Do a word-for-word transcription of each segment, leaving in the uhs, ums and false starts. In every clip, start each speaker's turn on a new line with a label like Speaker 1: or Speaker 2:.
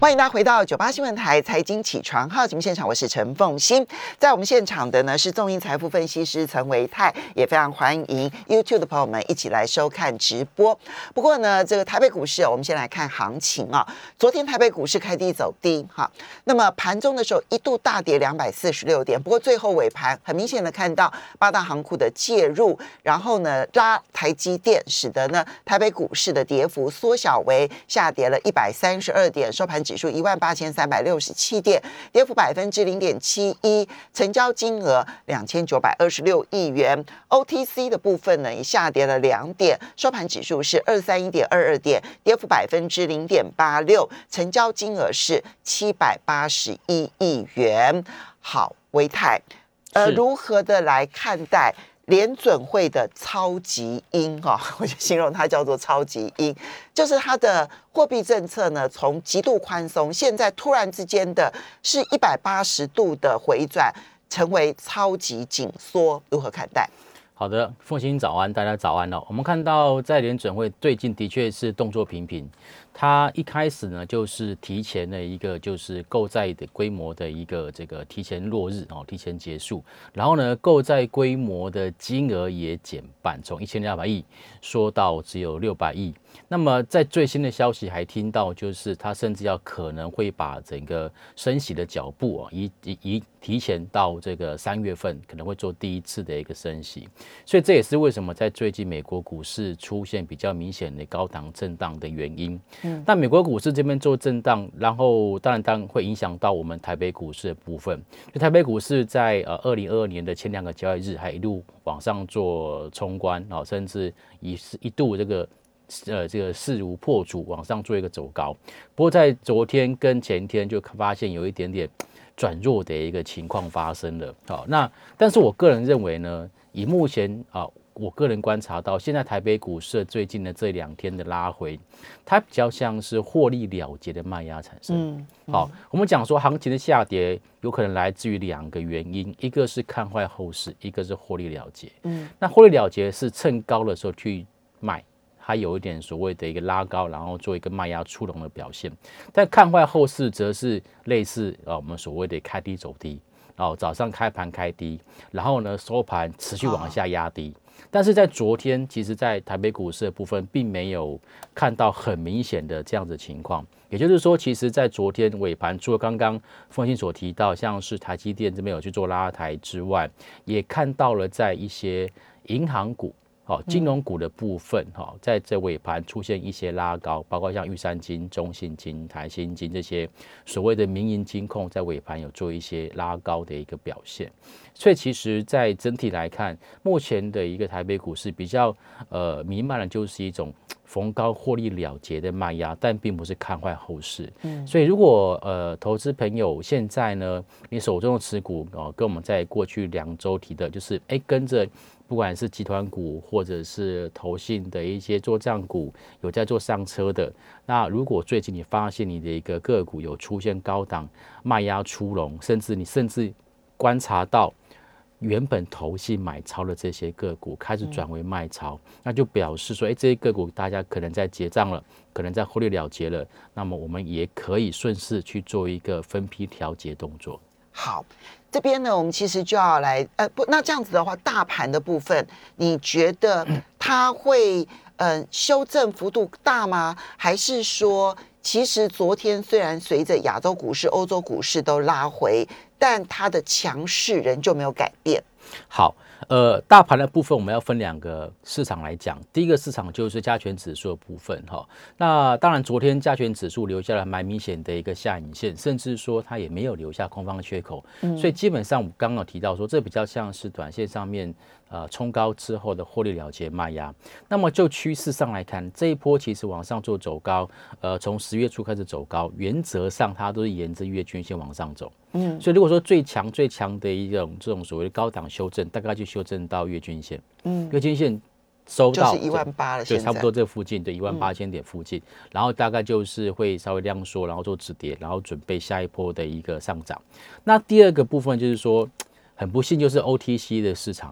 Speaker 1: 欢迎大家回到九八新闻台财经起床号节目现场，我是陈凤馨。在我们现场的呢是众盈财富分析师陈维泰，也非常欢迎 YouTube 的朋友们一起来收看直播。不过呢，这个台北股市、哦、我们先来看行情啊。昨天台北股市开低走低哈，那么盘中的时候一度大跌两百四十六点，不过最后尾盘很明显的看到八大行库的介入，然后呢拉台积电，使得呢台北股市的跌幅缩小为下跌了一百三十二点，收盘指数一万八千三百六十七点，跌幅百分之零点七一，成交金额两千九百二十六亿元。O T C 的部分呢，也下跌了两点，收盘指数是二三一点二二点，跌幅百分之零点八六，成交金额是七百八十一亿元。好，维泰，呃，如何的来看待联准会的超级鹰哈，我就形容它叫做超级鹰，就是它的货币政策呢，从极度宽松，现在突然之间的是一百八十度的回转，成为超级紧缩，如何看待？
Speaker 2: 好的，凤馨早安，大家早安哦。我们看到在联准会最近的确是动作频频，它一开始呢就是提前了一个就是购债的规模的一个这个提前落日哦，提前结束，然后呢购债规模的金额也减半，从一千两百亿说到只有六百亿。那么在最新的消息还听到，就是他甚至要可能会把整个升息的脚步啊移移提前到这个三月份，可能会做第一次的一个升息。所以这也是为什么在最近美国股市出现比较明显的高档震荡的原因。嗯，但美国股市这边做震荡，然后当然当然会影响到我们台北股市的部分。就台北股市在呃二零二二年的前两个交易日还一路往上做冲关，啊，甚至一一度这个。呃，这个势如破竹往上做一个走高，不过在昨天跟前天就发现有一点点转弱的一个情况发生了。好，那但是我个人认为呢，以目前啊，我个人观察到，现在台北股市最近的这两天的拉回，它比较像是获利了结的卖压产生。嗯嗯、好，我们讲说行情的下跌有可能来自于两个原因，一个是看坏后市，一个是获利了结。嗯，那获利了结是趁高的时候去卖。它有一点所谓的一个拉高，然后做一个卖压出笼的表现，但看坏后市则是类似啊我们所谓的开低走低，哦早上开盘开低，然后呢收盘持续往下压低。但是在昨天，其实在台北股市的部分，并没有看到很明显的这样子的情况。也就是说，其实在昨天尾盘，除了刚刚凤馨所提到，像是台积电这边有去做拉抬之外，也看到了在一些银行股。金融股的部分，在这尾盘出现一些拉高，包括像玉山金、中信金、台新金这些所谓的民营金控，在尾盘有做一些拉高的一个表现。所以其实在整体来看，目前的一个台北股市比较呃弥漫的就是一种逢高获利了结的卖压，但并不是看坏后市。嗯，所以如果呃投资朋友现在呢，你手中的持股哦、呃，跟我们在过去两周提的，就是哎跟着。不管是集团股或者是投信的一些作战股有在做上车的，那如果最近你发现你的一个个股有出现高档卖压出笼，甚至你甚至观察到原本投信买超的这些个股开始转为卖超，嗯、那就表示说，哎，这些个股大家可能在结账了，可能在获利了结了，那么我们也可以顺势去做一个分批调节动作。
Speaker 1: 好。这边呢，我们其实就要来，呃，不，那这样子的话，大盘的部分，你觉得它会呃修正幅度大吗？还是说，其实昨天虽然随着亚洲股市、欧洲股市都拉回，但它的强势仍旧没有改变？
Speaker 2: 好。呃，大盘的部分我们要分两个市场来讲。第一个市场就是加权指数的部分哈。那当然，昨天加权指数留下了蛮明显的一个下影线，甚至说它也没有留下空方缺口。嗯、所以基本上我刚刚有提到说，这比较像是短线上面呃冲高之后的获利了结卖压。那么就趋势上来看，这一波其实往上做走高，呃，从十月初开始走高，原则上它都是沿着月均线往上走。嗯，所以如果说最强最强的一种这种所谓的高档修正，大概就修正到月均线。嗯，月均线收到
Speaker 1: 就是一万八了，
Speaker 2: 对，差不多这附近，对，一万八千点附近、嗯，然后大概就是会稍微量缩，然后做止跌，然后准备下一波的一个上涨。那第二个部分就是说，很不幸就是 O T C 的市场。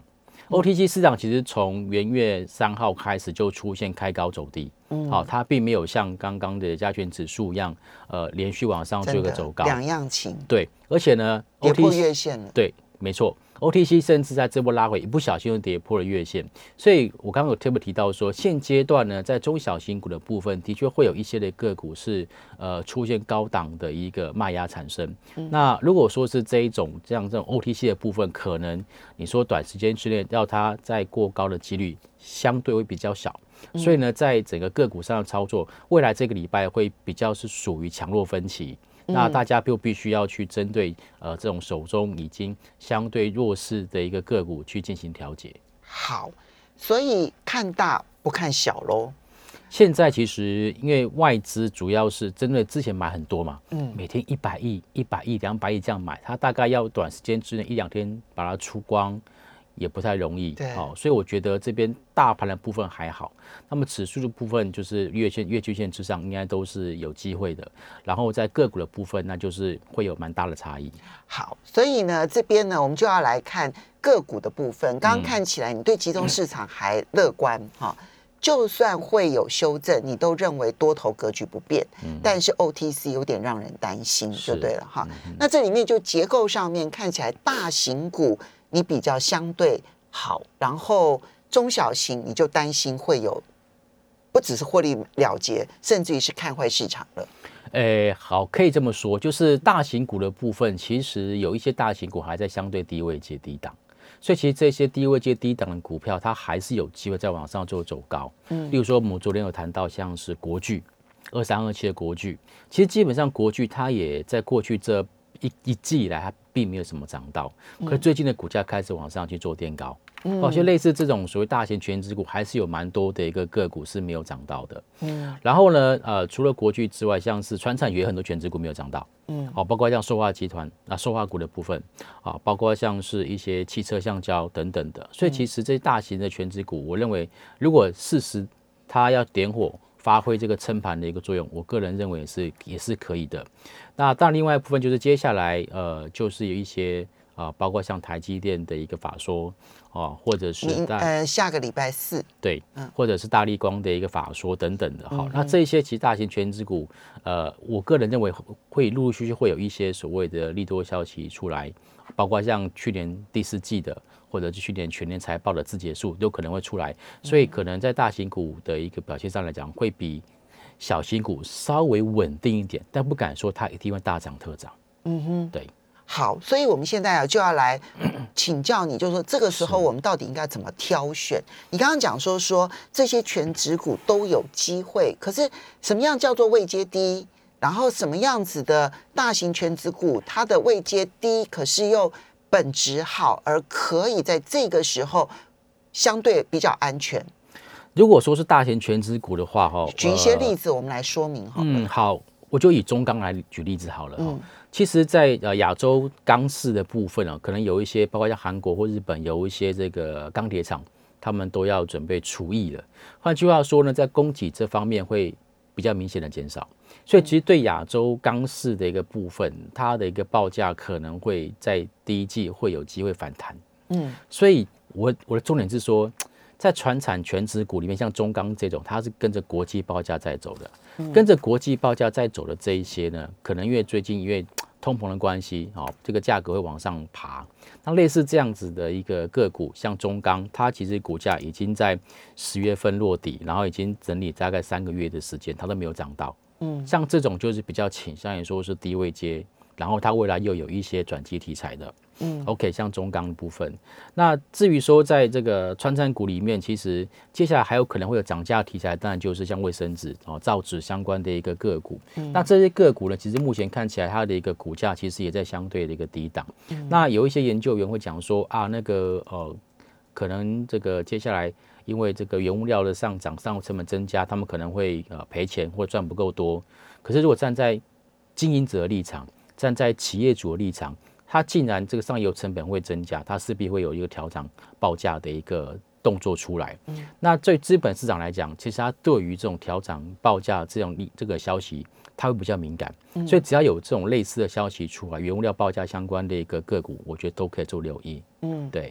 Speaker 2: O T C 市场其实从元月三号开始就出现开高走低，嗯，好、哦，它并没有像刚刚的加权指数一样，呃，连续往上做一个走高，
Speaker 1: 两样情。
Speaker 2: 对，而且呢，
Speaker 1: 跌破月线了，
Speaker 2: 对，没错。O T C 甚至在这波拉回，一不小心就跌破了月线，所以我刚刚有特别提到说，现阶段呢，在中小型股的部分，的确会有一些的个股是呃出现高档的一个卖压产生。嗯、那如果说是这一种这样这种 O T C 的部分，可能你说短时间之内要它再过高的几率相对会比较小，所以呢，在整个个股上的操作，未来这个礼拜会比较是属于强弱分歧。那大家就必须要去针对呃这种手中已经相对弱势的一个个股去进行调节。
Speaker 1: 好，所以看大不看小喽。
Speaker 2: 现在其实因为外资主要是针对之前买很多嘛，嗯，每天一百亿、一百亿、两百亿这样买，它大概要短时间之内一两天把它出光。也不太容易，好、哦，所以我觉得这边大盘的部分还好，那么指数的部分就是月线、月均线之上，应该都是有机会的。然后在个股的部分，那就是会有蛮大的差异。
Speaker 1: 好，所以呢，这边呢，我们就要来看个股的部分。刚刚看起来，你对集中市场还乐观哈、嗯，就算会有修正，你都认为多头格局不变。嗯、但是 O T C 有点让人担心，就对了哈、嗯。那这里面就结构上面看起来，大型股。你比较相对好，然后中小型你就担心会有不只是获利了结，甚至于是看坏市场了。
Speaker 2: 诶，好，可以这么说，就是大型股的部分，其实有一些大型股还在相对低位接低档，所以其实这些低位接低档的股票，它还是有机会在往上做走高。嗯，例如说我们昨天有谈到像是国巨二三二七的国巨，其实基本上国巨它也在过去这一一季以来，它并没有什么涨到，可是最近的股价开始往上去做垫高，嗯，哦，所以类似这种所谓大型全指股，还是有蛮多的一个个股是没有涨到的，嗯，然后呢，呃，除了国巨之外，像是传产也有很多全指股没有涨到，嗯，好、哦，包括像塑化集团啊，塑化股的部分，啊、哦，包括像是一些汽车橡胶等等的，所以其实这些大型的全指股，我认为如果适时它要点火。发挥这个撑盘的一个作用，我个人认为是也是可以的。那当然，另外一部分就是接下来呃，就是有一些啊、呃，包括像台积电的一个法说哦、呃，或者是
Speaker 1: 呃下个礼拜四
Speaker 2: 对，嗯，或者是大立光的一个法说等等的。好、嗯，那这些其实大型全指股，呃，我个人认为会陆陆续续会有一些所谓的利多消息出来，包括像去年第四季的。或者是去年全年财报的自结数都可能会出来，所以可能在大型股的一个表现上来讲，会比小型股稍微稳定一点，但不敢说它一定会大涨特涨。嗯哼，对。
Speaker 1: 好，所以我们现在啊就要来请教你，就是说这个时候我们到底应该怎么挑选？你刚刚讲说说这些全指股都有机会，可是什么样叫做位阶低？然后什么样子的大型全指股，它的位阶低，可是又本质好，而可以在这个时候相对比较安全。
Speaker 2: 如果说是大型全指股的话，哈，
Speaker 1: 举一些例子我们来说明好了。
Speaker 2: 嗯，好，我就以中钢来举例子好了。嗯，其实在，在呃亚洲钢市的部分啊，可能有一些，包括像韩国或日本，有一些这个钢铁厂，他们都要准备除役了。换句话说呢，在供给这方面会比较明显的减少。所以其实对亚洲钢市的一个部分，它的一个报价可能会在第一季会有机会反弹。嗯，所以我我的重点是说，在传产全指股里面，像中钢这种，它是跟着国际报价在走的，嗯、跟着国际报价在走的这一些呢，可能因为最近因为通膨的关系，哦，这个价格会往上爬。那类似这样子的一个个股，像中钢，它其实股价已经在十月份落底，然后已经整理大概三个月的时间，它都没有涨到。嗯，像这种就是比较倾向于说是低位接，然后它未来又有一些转机题材的。嗯 ，OK， 像中钢的部分。那至于说在这个传产股里面，其实接下来还有可能会有涨价题材，当然就是像卫生纸、哦造纸相关的一个个股。嗯、那这些个股呢，其实目前看起来它的一个股价其实也在相对的一个低档。嗯、那有一些研究员会讲说啊，那个呃，可能这个接下来因为这个原物料的上涨、上游成本增加，他们可能会呃赔钱或赚不够多。可是如果站在经营者的立场，站在企业主的立场，它既然这个上游成本会增加，它势必会有一个调涨报价的一个动作出来。嗯、那对资本市场来讲，其实它对于这种调涨报价这种这个消息，它会比较敏感。嗯、所以只要有这种类似的消息出来，原物料报价相关的一个个股，我觉得都可以做留意。嗯，对。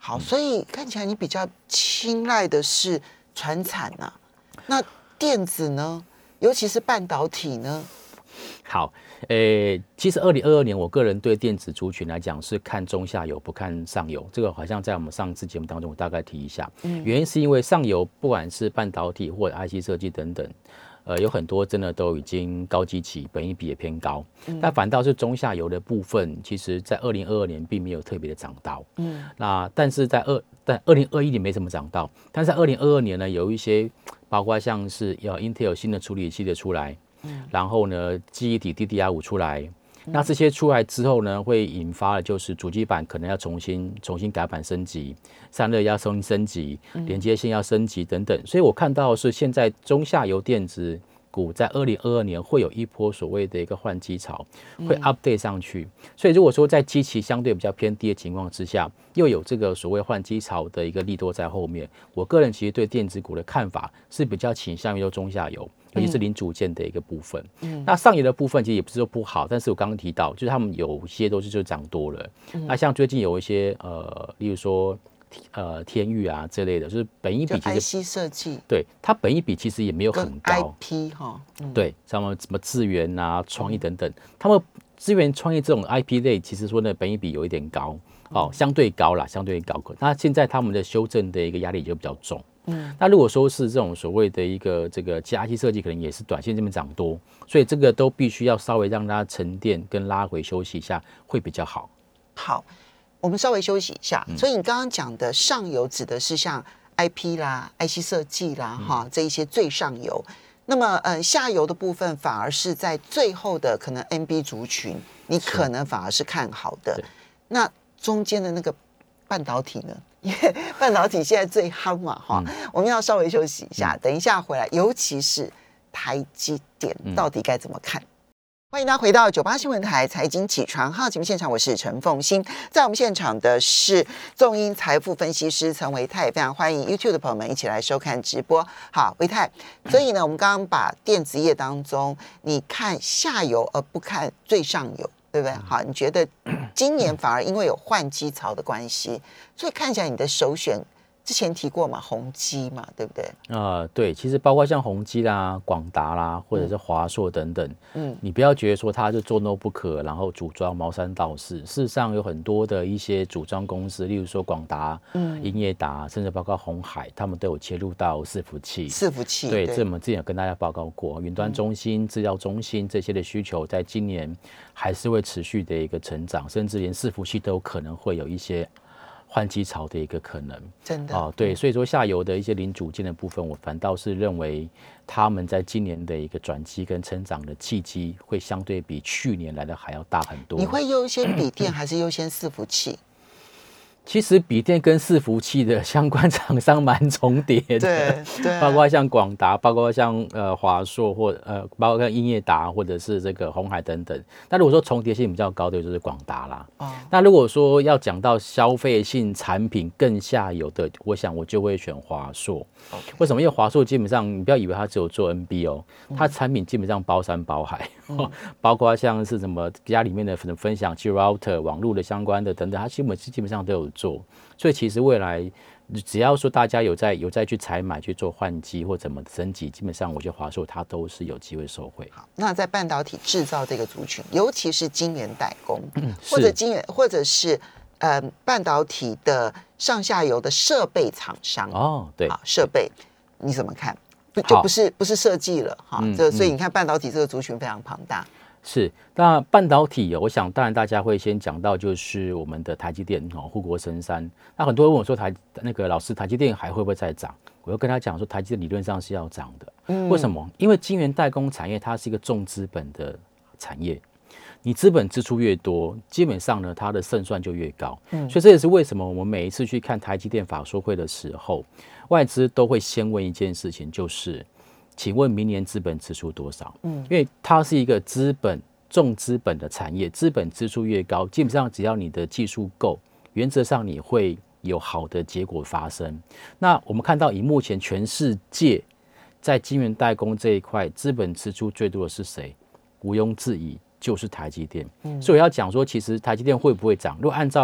Speaker 1: 好，所以看起来你比较青睐的是传产啊，那电子呢？尤其是半导体呢？
Speaker 2: 好，诶，其实二零二二年，我个人对电子族群来讲是看中下游，不看上游。这个好像在我们上次节目当中，我大概提一下。嗯，原因是因为上游不管是半导体或者 I C 设计等等，呃，有很多真的都已经高基期，本益比也偏高。嗯，但反倒是中下游的部分，其实在二零二二年并没有特别的涨到。嗯，那但是在二但二零二一年没怎么涨到，但是在二零二二年呢，有一些包括像是要 Intel 新的处理器的出来。然后呢，记忆体 D D R 五 出来，那这些出来之后呢，会引发的就是主机板可能要重新重新改版升级，散热要重新升级，连接线要升级等等。所以我看到的是现在中下游电子股在二零二二年会有一波所谓的一个换机潮，会 update 上去。所以如果说在基期相对比较偏低的情况之下，又有这个所谓换机潮的一个利多在后面，我个人其实对电子股的看法是比较倾向于中下游。尤其是零组件的一个部分，嗯，那上游的部分其实也不是说不好，但是我刚刚提到，就是他们有些都是就涨多了，嗯，那像最近有一些呃，例如说呃天钰啊这类的，就是本益比其实
Speaker 1: I C 设计，
Speaker 2: 对它本益比其实也没有很高
Speaker 1: ，I P 哈，嗯，
Speaker 2: 对，像什么智原啊、创意等等，他们智原、创意这种 I P 类，其实说呢本益比有一点高，哦，相对高啦，相对高。那现在他们的修正的一个压力就比较重。嗯，那如果说是这种所谓的一个这个 I T 设计，可能也是短线这边涨多，所以这个都必须要稍微让它沉淀跟拉回休息一下，会比较好。
Speaker 1: 好，我们稍微休息一下。嗯、所以你刚刚讲的上游指的是像 I P 啦、I C 设计啦，哈、嗯，这一些最上游。那么，呃，下游的部分反而是在最后的可能 N B 族群，你可能反而是看好的。那中间的那个半导体呢？因为半导体现在最夯嘛，哈、嗯，我们要稍微休息一下，等一下回来，尤其是台积电到底该怎么看？嗯、欢迎大家回到九八新闻台财经起床号节目现场，我是陈凤馨，在我们现场的是众英财富分析师陈维泰，非常欢迎 YouTube 的朋友们一起来收看直播。好，维泰，所以呢，我们刚刚把电子业当中，你看下游而不看最上游。对不对？好，你觉得今年反而因为有换机潮的关系，所以看起来你的首选之前提过嘛，宏基嘛，对不对？
Speaker 2: 呃，对，其实包括像宏基啦、广达啦，或者是华硕等等，嗯，你不要觉得说它就做 notebook， 然后组装毛山道士。事实上有很多的一些组装公司，例如说广达、嗯、英业达，甚至包括鸿海，他们都有切入到伺服器。
Speaker 1: 伺服器，
Speaker 2: 对，这我们之前有跟大家报告过，云端中心、资料中心这些的需求，在今年还是会持续的一个成长，甚至连伺服器都有可能会有一些换机潮的一个可能，
Speaker 1: 真的
Speaker 2: 哦，对，所以说下游的一些零组件的部分，我反倒是认为他们在今年的一个转机跟成长的契机，会相对比去年来的还要大很多。
Speaker 1: 你会优先笔电还是优先伺服器？
Speaker 2: 其实笔电跟伺服器的相关厂商蛮重叠的，
Speaker 1: 对对，
Speaker 2: 包括像广达，包括像呃华硕或呃，包括像英业达或者是这个鸿海等等。那如果说重叠性比较高的就是广达啦。哦，那如果说要讲到消费性产品更下游的，我想我就会选华硕。Okay. 为什么？因为华硕基本上你不要以为它只有做 N B 哦，它产品基本上包山包海，嗯、包括像是什么家里面的分享器 router 网络的相关的等等，它基本基本上都有做。所以其实未来只要说大家有在有在去采买去做换机或怎么升级，基本上我觉得华硕它都是有机会受惠。
Speaker 1: 好，那在半导体制造这个族群，尤其是晶圆代工，嗯、或者晶圆或者是呃半导体的上下游的设备厂商
Speaker 2: 哦，对，
Speaker 1: 设备你怎么看？不就不是不是设计了哈？嗯、这所以你看半导体这个族群非常庞大。
Speaker 2: 是，那半导体，我想当然大家会先讲到就是我们的台积电哦，护国神山。那很多人问我说台那个老师，台积电还会不会再涨？我就跟他讲说，台积电理论上是要涨的。嗯，为什么？因为晶圆代工产业它是一个重资本的产业，你资本支出越多，基本上呢它的胜算就越高。嗯，所以这也是为什么我们每一次去看台积电法说会的时候，外资都会先问一件事情，就是。请问明年资本支出多少？嗯，因为它是一个资本重资本的产业，资本支出越高，基本上只要你的技术够，原则上你会有好的结果发生。那我们看到，以目前全世界在晶圆代工这一块，资本支出最多的是谁？毋庸置疑就是台积电。嗯，所以我要讲说，其实台积电会不会涨？如果按照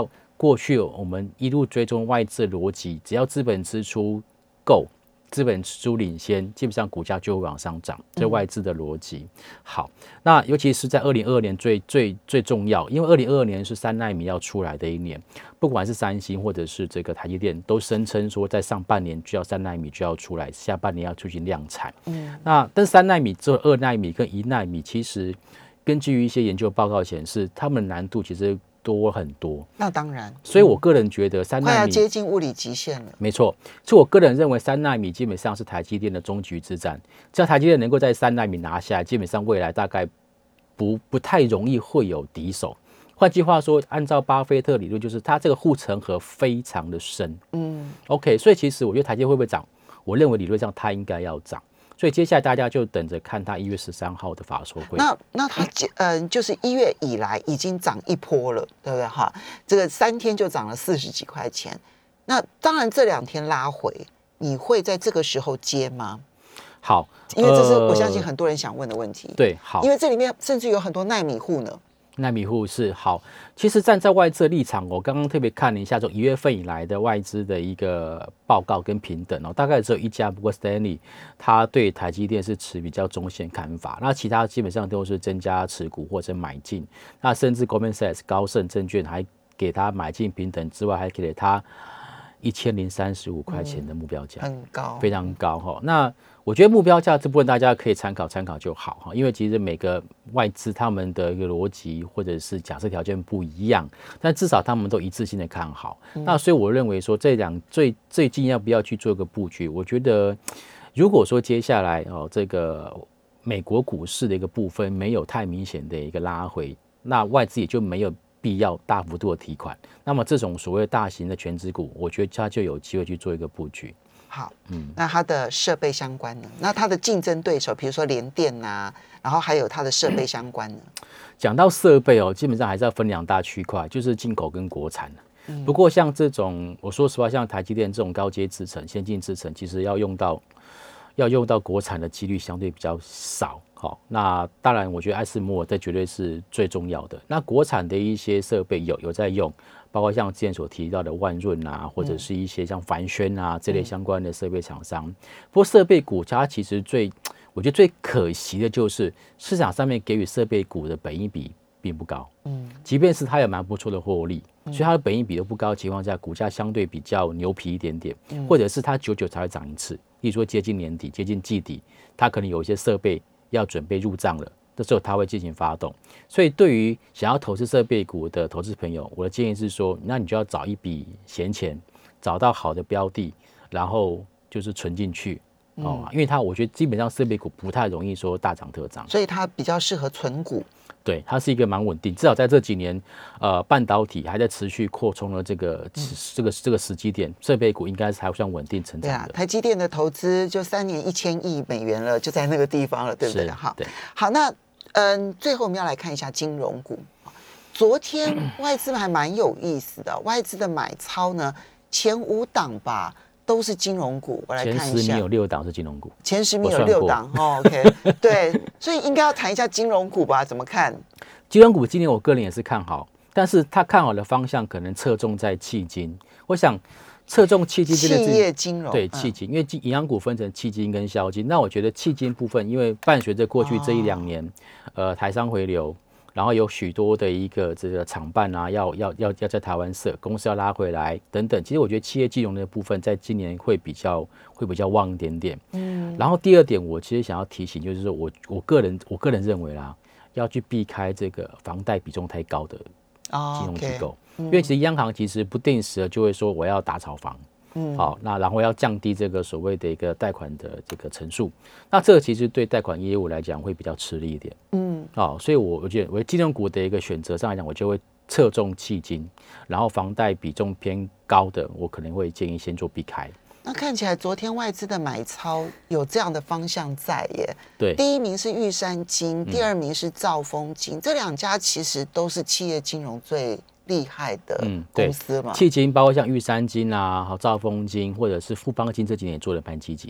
Speaker 2: 过去我们一路追踪外资逻辑，只要资本支出够，资本支出领先，基本上股价就会往上涨，这是外资的逻辑。好，那尤其是在二零二二年最最最重要，因为二零二二年是三奈米要出来的一年，不管是三星或者是这个台积电，都声称说在上半年就要三奈米就要出来，下半年要出现量产。嗯，那但是三奈米只有二奈米跟一奈米，其实根据一些研究报告显示，它们的难度其实多很多。
Speaker 1: 那当然，
Speaker 2: 所以我个人觉得三奈米
Speaker 1: 快要接近物理极限了。
Speaker 2: 没错，所以我个人认为三奈米基本上是台积电的终局之战。只要台积电能够在三奈米拿下来，基本上未来大概不不太容易会有敌手。换句话说，按照巴菲特理论，就是它这个护城河非常的深。嗯 ，OK， 所以其实我觉得台积电会不会涨？我认为理论上它应该要涨。所以接下来大家就等着看它一月十三号的法说会。
Speaker 1: 那那它嗯、呃，就是一月以来已经涨一波了，对不对哈？这个三天就涨了四十几块钱。那当然这两天拉回，你会在这个时候接吗？
Speaker 2: 好，
Speaker 1: 因为这是我相信很多人想问的问题。呃、
Speaker 2: 对，好，
Speaker 1: 因为这里面甚至有很多奈米户呢。
Speaker 2: 奈米户是好，其实站在外资的立场，我刚刚特别看了一下，从一月份以来的外资的一个报告跟评等哦，大概只有一家，不过 Stanley 他对台积电是持比较中线看法，那其他基本上都是增加持股或者买进，那甚至 Goldman Sachs 高盛证券还给他买进评等之外，还给了他一千零三十五块钱的目标价，
Speaker 1: 嗯，很高，
Speaker 2: 非常高哈。那我觉得目标价这部分大家可以参考参考就好哈，因为其实每个外资他们的一个逻辑或者是假设条件不一样，但至少他们都一致性的看好。嗯、那所以我认为说这两最最近要不要去做一个布局？我觉得如果说接下来哦这个美国股市的一个部分没有太明显的一个拉回，那外资也就没有必要大幅度的提款。那么这种所谓大型的全指股，我觉得它就有机会去做一个布局。
Speaker 1: 好，嗯，那它的设备相关呢？那它的竞争对手，比如说联电啊，然后还有它的设备相关呢？
Speaker 2: 讲到设备哦，基本上还是要分两大区块，就是进口跟国产。嗯、不过像这种，我说实话，像台积电这种高阶制程、先进制程，其实要用到要用到国产的几率相对比较少。好，那当然，我觉得艾斯摩尔这绝对是最重要的。那国产的一些设备有有在用，包括像之前所提到的万润啊，或者是一些像凡轩啊这类相关的设备厂商。嗯、不过设备股它其实最，我觉得最可惜的就是市场上面给予设备股的本益比并不高。嗯，即便是它有蛮不错的获利，所以它的本益比都不高的情况下，股价相对比较牛皮一点点，嗯、或者是它久久才会涨一次。例如说接近年底、接近季底，它可能有一些设备要准备入账了，这时候它会进行发动。所以对于想要投资设备股的投资朋友，我的建议是说，那你就要找一笔闲钱，找到好的标的，然后就是存进去。嗯、哦，因为它我觉得基本上设备股不太容易说大涨特涨，
Speaker 1: 所以它比较适合存股。对，
Speaker 2: 它是一个蛮稳定，至少在这几年，呃，半导体还在持续扩充了这个、嗯、这个这个时机点，设备股应该是还算稳定成长的。
Speaker 1: 对啊，台积电的投资就三年一千亿美元了，就在那个地方了，对不对？好，对，好，那嗯，最后我们要来看一下金融股。昨天外资还蛮有意思的，外资的买超呢，前五档吧。都是金融股，我来看一下。
Speaker 2: 前十名有六档是金融股，
Speaker 1: 前十名有六档哦。OK， 对，所以应该要谈一下金融股吧？怎么看？
Speaker 2: 金融股今年我个人也是看好，但是他看好的方向可能侧重在企金。我想侧重企金，
Speaker 1: 企业金融
Speaker 2: 对企金，因为银行股分成企金跟消金。那我觉得企金部分，因为伴随着过去这一两年，哦、呃，台商回流。然后有许多的一个这个厂办啊，要要要要在台湾设公司要拉回来等等。其实我觉得企业金融的部分在今年会比较会比较旺一点点。嗯。然后第二点，我其实想要提醒，就是说我我个人我个人认为啦，要去避开这个房贷比重太高的金融机构，哦 okay 嗯、因为其实央行其实不定时的就会说我要打炒房。嗯，好，那然后要降低这个所谓的一个贷款的这个成数，那这个其实对贷款业务来讲会比较吃力一点。嗯，好，所以我我觉得我金融股的一个选择上来讲，我就会侧重企金，然后房贷比重偏高的，我可能会建议先做避开。
Speaker 1: 那看起来昨天外资的买超有这样的方向在耶。
Speaker 2: 对，
Speaker 1: 第一名是玉山金，第二名是兆丰金，嗯、这两家其实都是企业金融最厉害的公司嘛，
Speaker 2: 企金包括像玉山金啊、好兆丰金或者是富邦金这几年也做得蛮积极的。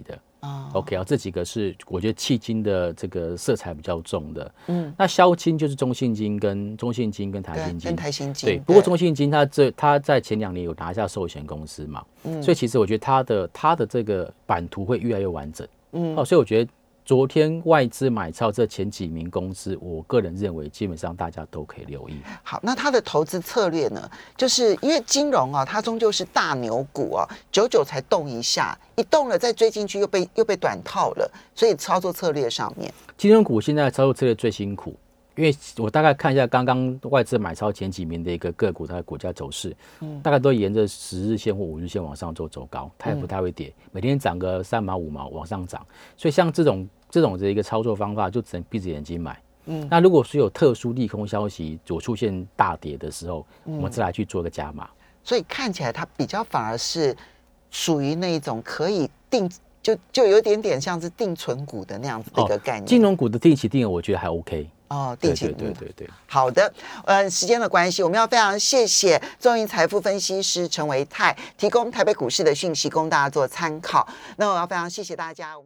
Speaker 1: 哦
Speaker 2: OK 啊，这几个是我觉得迄今的这个色彩比较重的。嗯，那消金就是中信金跟中信金跟台新金，
Speaker 1: 跟台新金
Speaker 2: 对。不过中信金它这它在前两年有拿下寿险公司嘛，嗯，所以其实我觉得它的它的这个版图会越来越完整。嗯，哦，所以我觉得昨天外资买超这前几名公司，我个人认为基本上大家都可以留意。
Speaker 1: 好，那它的投资策略呢？就是因为金融啊，它终究是大牛股啊，久久才动一下，一动了再追进去又被又被短套了，所以操作策略上面，
Speaker 2: 金融股现在操作策略最辛苦。因为我大概看一下刚刚外资买超前几名的一个个股，它的股价走势，嗯、大概都沿着十日线或五日线往上做走高，它也不太会跌，嗯、每天涨个三毛五毛往上涨。所以像这种这种的一个操作方法，就只能闭着眼睛买。嗯、那如果是有特殊利空消息，有出现大跌的时候，嗯、我们再来去做一个加码。
Speaker 1: 所以看起来它比较反而是属于那种可以定。就就有点点像是定存股的那样子的一个概念。
Speaker 2: 哦、金融股的定期定额，我觉得还 OK。
Speaker 1: 哦，定期，
Speaker 2: 对对对对对。
Speaker 1: 好的，呃，时间的关系，我们要非常谢谢众银财富分析师陈唯泰提供台北股市的讯息，供大家做参考。那我要非常谢谢大家。